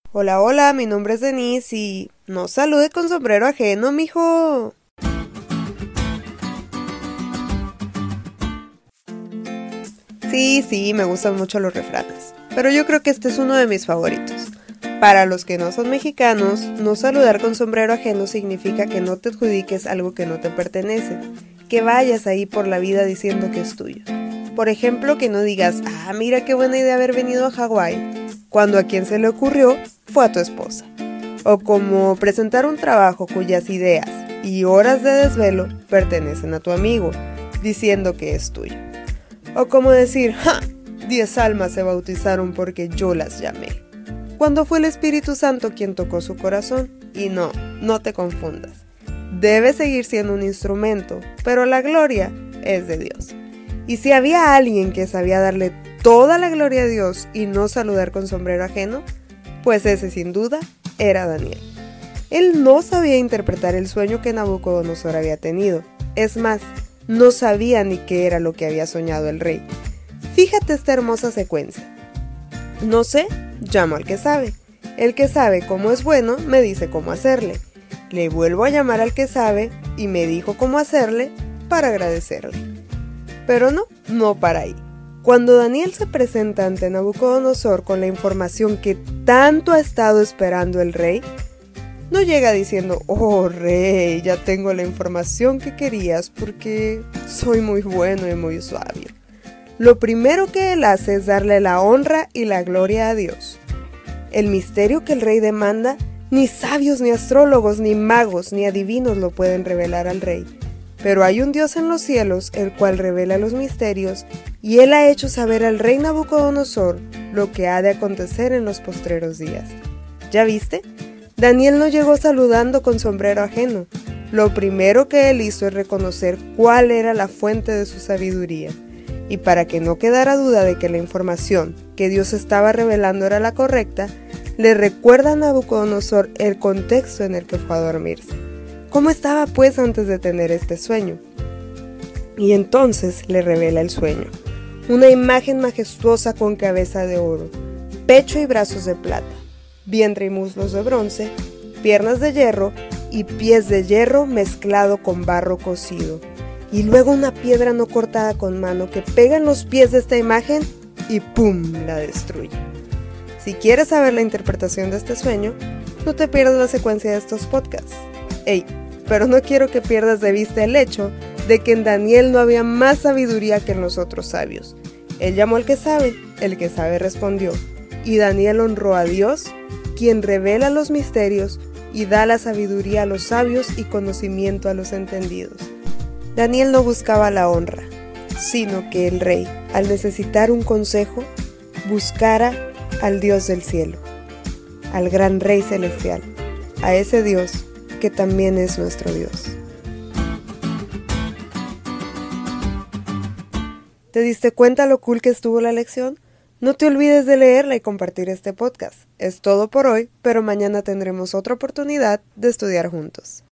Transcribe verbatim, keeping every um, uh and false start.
Hola, hola, mi nombre es Denise y no salude con sombrero ajeno, mijo. Sí, sí, me gustan mucho los refranes, pero yo creo que este es uno de mis favoritos. Para los que no son mexicanos, no saludar con sombrero ajeno significa que no te adjudiques algo que no te pertenece, que vayas ahí por la vida diciendo que es tuyo. Por ejemplo, que no digas, ah, mira qué buena idea haber venido a Hawái, cuando a quien se le ocurrió fue a tu esposa. O como presentar un trabajo cuyas ideas y horas de desvelo pertenecen a tu amigo, diciendo que es tuyo. O como decir, ¡ja! Diez almas se bautizaron porque yo las llamé, cuando fue el Espíritu Santo quien tocó su corazón. Y no, no te confundas. Debe seguir siendo un instrumento, pero la gloria es de Dios. Y si había alguien que sabía darle toda la gloria a Dios y no saludar con sombrero ajeno, pues ese sin duda era Daniel. Él no sabía interpretar el sueño que Nabucodonosor había tenido. Es más, no sabía ni qué era lo que había soñado el rey. Fíjate esta hermosa secuencia. No sé, llamo al que sabe. El que sabe cómo es bueno me dice cómo hacerle. Le vuelvo a llamar al que sabe y me dijo cómo hacerle para agradecerle. Pero no, no para ahí. Cuando Daniel se presenta ante Nabucodonosor con la información que tanto ha estado esperando el rey, no llega diciendo, oh rey, ya tengo la información que querías porque soy muy bueno y muy sabio. Lo primero que él hace es darle la honra y la gloria a Dios. El misterio que el rey demanda, ni sabios, ni astrólogos, ni magos, ni adivinos lo pueden revelar al rey. Pero hay un Dios en los cielos, el cual revela los misterios, y él ha hecho saber al rey Nabucodonosor lo que ha de acontecer en los postreros días. ¿Ya viste? Daniel no llegó saludando con sombrero ajeno. Lo primero que él hizo es reconocer cuál era la fuente de su sabiduría. Y para que no quedara duda de que la información que Dios estaba revelando era la correcta, le recuerda a Nabucodonosor el contexto en el que fue a dormirse. ¿Cómo estaba pues antes de tener este sueño? Y entonces le revela el sueño. Una imagen majestuosa con cabeza de oro, pecho y brazos de plata, vientre y muslos de bronce, piernas de hierro y pies de hierro mezclado con barro cocido. Y luego una piedra no cortada con mano que pega en los pies de esta imagen y ¡pum!, la destruye. Si quieres saber la interpretación de este sueño, no te pierdas la secuencia de estos podcasts. Ey, pero no quiero que pierdas de vista el hecho de que en Daniel no había más sabiduría que en los otros sabios. Él llamó al que sabe, el que sabe respondió, y Daniel honró a Dios, quien revela los misterios y da la sabiduría a los sabios y conocimiento a los entendidos. Daniel no buscaba la honra, sino que el rey, al necesitar un consejo, buscara al Dios del cielo, al gran Rey celestial, a ese Dios que también es nuestro Dios. ¿Te diste cuenta lo cool que estuvo la lección? No te olvides de leerla y compartir este podcast. Es todo por hoy, pero mañana tendremos otra oportunidad de estudiar juntos.